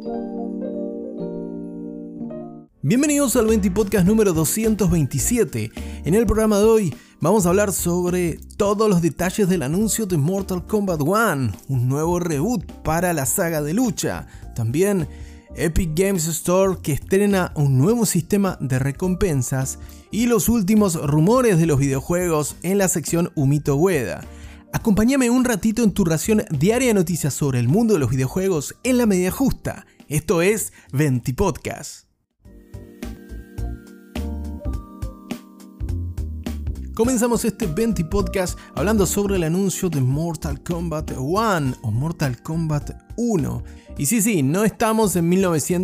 Bienvenidos al 20 Podcast número 227. En el programa de hoy vamos a hablar sobre todos los detalles del anuncio de Mortal Kombat 1, un nuevo reboot para la saga de lucha. También Epic Games Store, que estrena un nuevo sistema de recompensas, y los últimos rumores de los videojuegos en la sección Humito Ueda. Acompáñame un ratito en tu ración diaria de noticias sobre el mundo de los videojuegos en la medida justa. Esto es 20 Podcast. Comenzamos este 20 Podcast hablando sobre el anuncio de Mortal Kombat 1 o Mortal Kombat 1. Y sí, no estamos en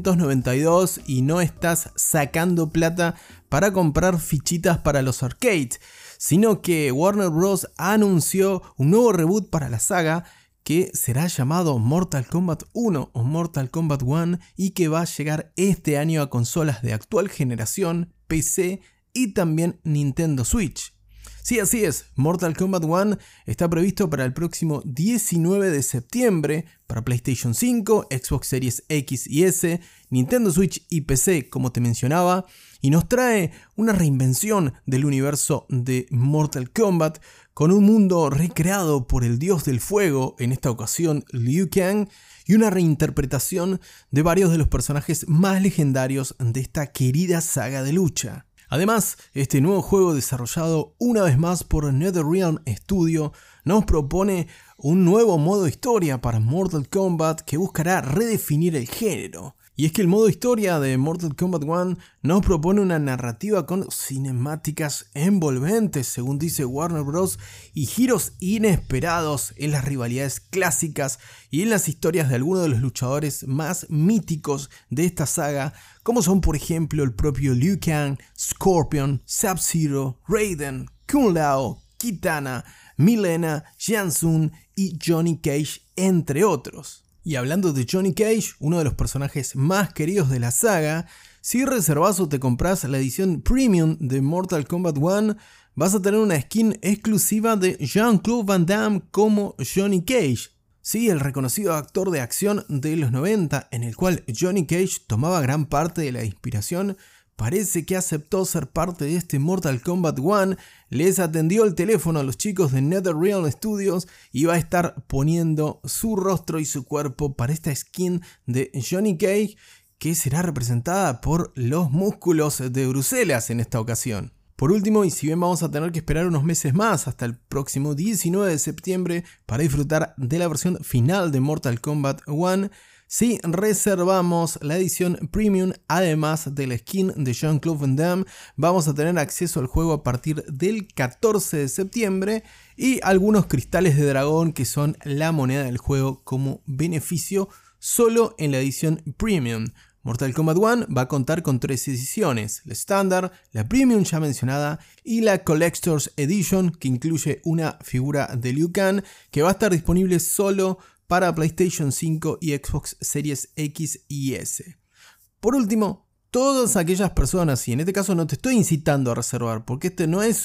1992 y no estás sacando plata para comprar fichitas para los arcades, sino que Warner Bros. Anunció un nuevo reboot para la saga que será llamado Mortal Kombat 1 o Mortal Kombat 1 y que va a llegar este año a consolas de actual generación, PC y también Nintendo Switch. Sí, así es, Mortal Kombat 1 está previsto para el próximo 19 de septiembre para PlayStation 5, Xbox Series X y S, Nintendo Switch y PC, como te mencionaba, y nos trae una reinvención del universo de Mortal Kombat con un mundo recreado por el dios del fuego, en esta ocasión Liu Kang, y una reinterpretación de varios de los personajes más legendarios de esta querida saga de lucha. Además, este nuevo juego desarrollado una vez más por NetherRealm Studio nos propone un nuevo modo historia para Mortal Kombat que buscará redefinir el género. Y es que el modo historia de Mortal Kombat 1 nos propone una narrativa con cinemáticas envolventes, según dice Warner Bros., y giros inesperados en las rivalidades clásicas y en las historias de algunos de los luchadores más míticos de esta saga, como son por ejemplo el propio Liu Kang, Scorpion, Sub-Zero, Raiden, Kung Lao, Kitana, Mileena, Shang Tsung y Johnny Cage, entre otros. Y hablando de Johnny Cage, uno de los personajes más queridos de la saga, si reservas o te compras la edición Premium de Mortal Kombat 1, vas a tener una skin exclusiva de Jean-Claude Van Damme como Johnny Cage. Sí, el reconocido actor de acción de los 90, en el cual Johnny Cage tomaba gran parte de la inspiración, parece que aceptó ser parte de este Mortal Kombat 1, les atendió el teléfono a los chicos de NetherRealm Studios y va a estar poniendo su rostro y su cuerpo para esta skin de Johnny Cage, que será representada por los músculos de Bruselas en esta ocasión. Por último, y si bien vamos a tener que esperar unos meses más hasta el próximo 19 de septiembre para disfrutar de la versión final de Mortal Kombat 1, si reservamos la edición Premium, además de la skin de Jean-Claude Van Damme, vamos a tener acceso al juego a partir del 14 de septiembre y algunos cristales de dragón que son la moneda del juego como beneficio solo en la edición Premium. Mortal Kombat 1 va a contar con 3 ediciones, la estándar, la Premium ya mencionada y la Collector's Edition, que incluye una figura de Liu Kang que va a estar disponible solo para PlayStation 5 y Xbox Series X y S. Por último, todas aquellas personas, y en este caso no te estoy incitando a reservar, porque esto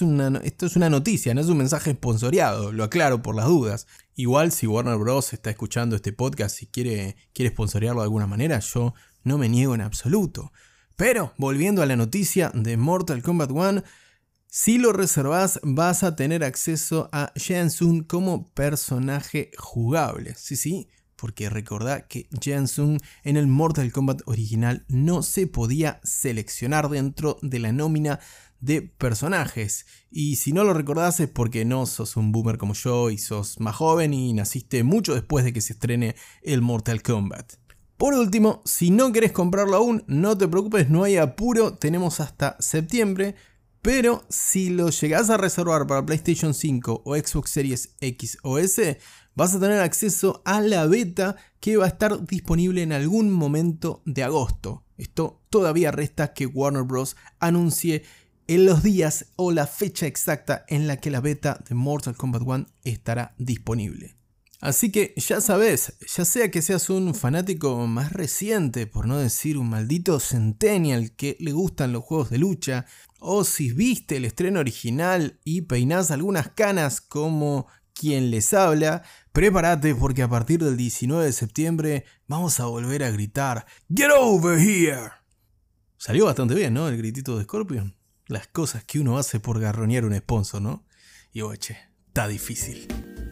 es una noticia, no es un mensaje sponsoreado, lo aclaro por las dudas. Igual si Warner Bros. Está escuchando este podcast y quiere sponsorearlo de alguna manera, yo no me niego en absoluto. Pero, volviendo a la noticia de Mortal Kombat 1, si lo reservas vas a tener acceso a Shang Tsung como personaje jugable. Sí, porque recordá que Shang Tsung en el Mortal Kombat original no se podía seleccionar dentro de la nómina de personajes. Y si no lo recordás es porque no sos un boomer como yo y sos más joven y naciste mucho después de que se estrene el Mortal Kombat. Por último, si no querés comprarlo aún, no te preocupes, no hay apuro, tenemos hasta septiembre. Pero si lo llegás a reservar para PlayStation 5 o Xbox Series X o S, vas a tener acceso a la beta que va a estar disponible en algún momento de agosto. Esto todavía resta que Warner Bros. Anuncie en los días o la fecha exacta en la que la beta de Mortal Kombat 1 estará disponible. Así que ya sabes, ya sea que seas un fanático más reciente, por no decir un maldito centennial que le gustan los juegos de lucha, o si viste el estreno original y peinás algunas canas como quien les habla. Prepárate porque a partir del 19 de septiembre vamos a volver a gritar "Get over here". Salió bastante bien, ¿no? El gritito de Scorpion. Las cosas que uno hace por garronear un sponsor, ¿no? Y oye, está difícil.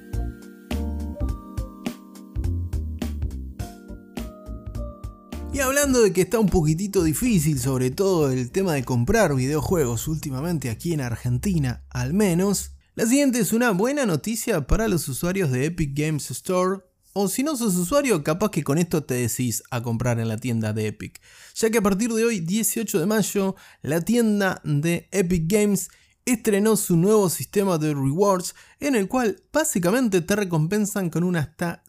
Y hablando de que está un poquitito difícil, sobre todo el tema de comprar videojuegos últimamente aquí en Argentina, al menos, la siguiente es una buena noticia para los usuarios de Epic Games Store, o si no sos usuario, capaz que con esto te decís a comprar en la tienda de Epic, ya que a partir de hoy, 18 de mayo, la tienda de Epic Games estrenó su nuevo sistema de rewards en el cual básicamente te recompensan con un hasta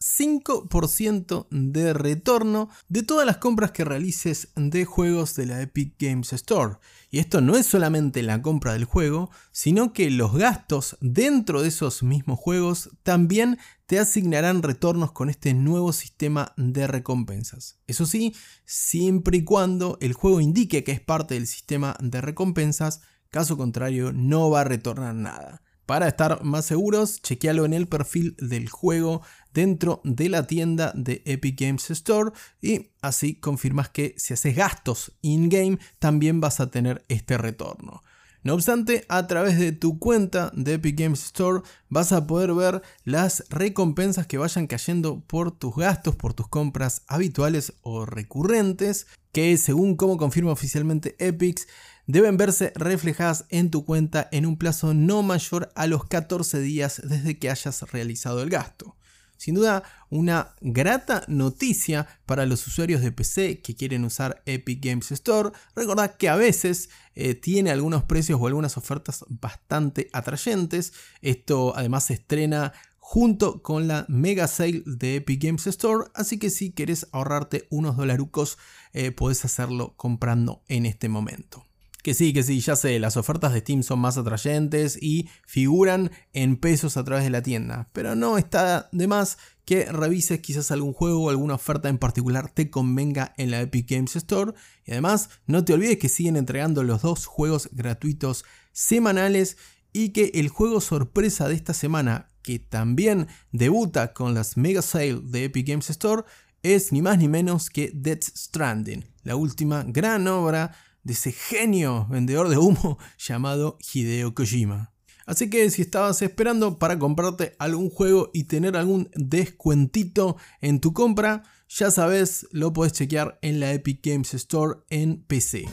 5% de retorno de todas las compras que realices de juegos de la Epic Games Store. Y esto no es solamente la compra del juego, sino que los gastos dentro de esos mismos juegos también te asignarán retornos con este nuevo sistema de recompensas. Eso sí, siempre y cuando el juego indique que es parte del sistema de recompensas. Caso contrario, no va a retornar nada. Para estar más seguros, chequealo en el perfil del juego dentro de la tienda de Epic Games Store y así confirmas que si haces gastos in-game también vas a tener este retorno. No obstante, a través de tu cuenta de Epic Games Store vas a poder ver las recompensas que vayan cayendo por tus gastos, por tus compras habituales o recurrentes, que según como confirma oficialmente Epic, deben verse reflejadas en tu cuenta en un plazo no mayor a los 14 días desde que hayas realizado el gasto. Sin duda, una grata noticia para los usuarios de PC que quieren usar Epic Games Store. Recordad que a veces tiene algunos precios o algunas ofertas bastante atrayentes. Esto además se estrena junto con la Mega Sale de Epic Games Store, así que si querés ahorrarte unos dolarucos, podés hacerlo comprando en este momento. Que sí, ya sé, las ofertas de Steam son más atrayentes y figuran en pesos a través de la tienda, pero no está de más que revises quizás algún juego o alguna oferta en particular te convenga en la Epic Games Store. Y además, no te olvides que siguen entregando los 2 juegos gratuitos semanales y que el juego sorpresa de esta semana, que también debuta con las Mega Sale de Epic Games Store, es ni más ni menos que Death Stranding, la última gran obra de ese genio vendedor de humo llamado Hideo Kojima. Así que si estabas esperando para comprarte algún juego y tener algún descuentito en tu compra, ya sabes, lo podés chequear en la Epic Games Store en PC.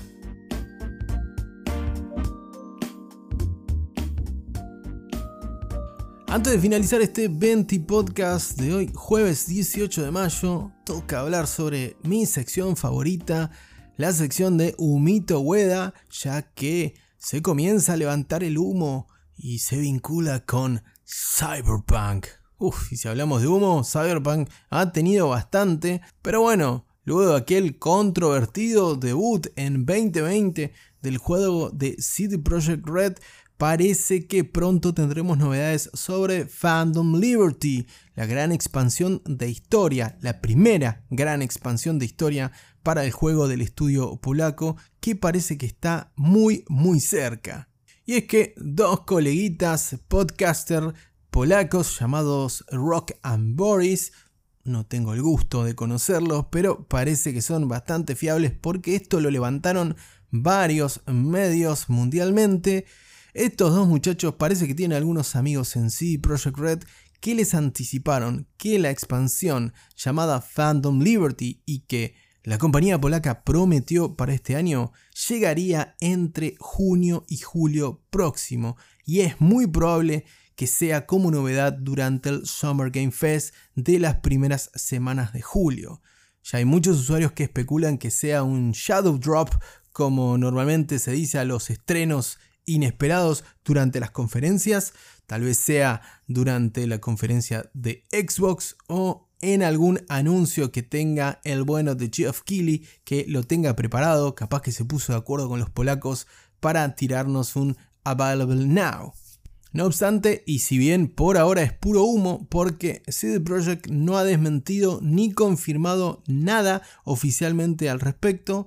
Antes de finalizar este 20 podcast de hoy, jueves 18 de mayo, toca hablar sobre mi sección favorita, la sección de Humito Ueda, ya que se comienza a levantar el humo y se vincula con Cyberpunk. Y si hablamos de humo, Cyberpunk ha tenido bastante, pero bueno, luego de aquel controvertido debut en 2020 del juego de CD Projekt Red, parece que pronto tendremos novedades sobre Phantom Liberty, la gran expansión de historia, la primera gran expansión de historia para el juego del estudio polaco, que parece que está muy cerca. Y es que 2 coleguitas podcaster polacos llamados Rock and Boris, no tengo el gusto de conocerlos, pero parece que son bastante fiables porque esto lo levantaron varios medios mundialmente. Estos 2 muchachos parece que tienen algunos amigos en CD Projekt Red que les anticiparon que la expansión llamada Phantom Liberty y que la compañía polaca prometió para este año llegaría entre junio y julio próximo, y es muy probable que sea como novedad durante el Summer Game Fest de las primeras semanas de julio. Ya hay muchos usuarios que especulan que sea un shadow drop, como normalmente se dice a los estrenos inesperados durante las conferencias, tal vez sea durante la conferencia de Xbox o en algún anuncio que tenga el bueno de Geoff Keighley, que lo tenga preparado, capaz que se puso de acuerdo con los polacos para tirarnos un Available Now. No obstante, y si bien por ahora es puro humo, porque CD Projekt no ha desmentido ni confirmado nada oficialmente al respecto,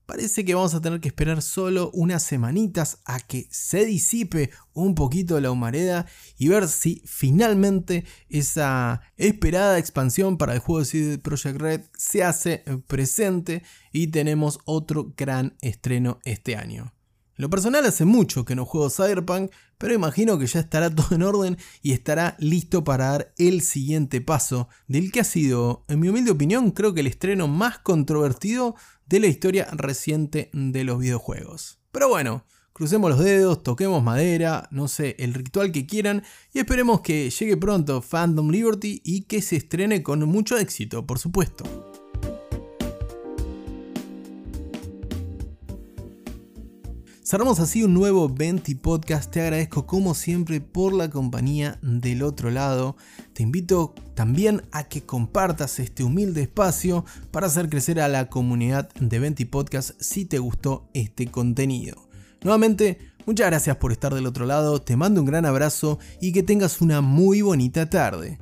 parece que vamos a tener que esperar solo unas semanitas a que se disipe un poquito la humareda y ver si finalmente esa esperada expansión para el juego de CD Projekt Red se hace presente y tenemos otro gran estreno este año. En lo personal hace mucho que no juego Cyberpunk, pero imagino que ya estará todo en orden y estará listo para dar el siguiente paso del que ha sido, en mi humilde opinión, creo que el estreno más controvertido de la historia reciente de los videojuegos. Pero bueno, crucemos los dedos, toquemos madera, no sé, el ritual que quieran y esperemos que llegue pronto Phantom Liberty y que se estrene con mucho éxito, por supuesto. Cerramos así un nuevo Venti Podcast. Te agradezco como siempre por la compañía del otro lado. Te invito también a que compartas este humilde espacio para hacer crecer a la comunidad de Venti Podcast si te gustó este contenido. Nuevamente, muchas gracias por estar del otro lado. Te mando un gran abrazo y que tengas una muy bonita tarde.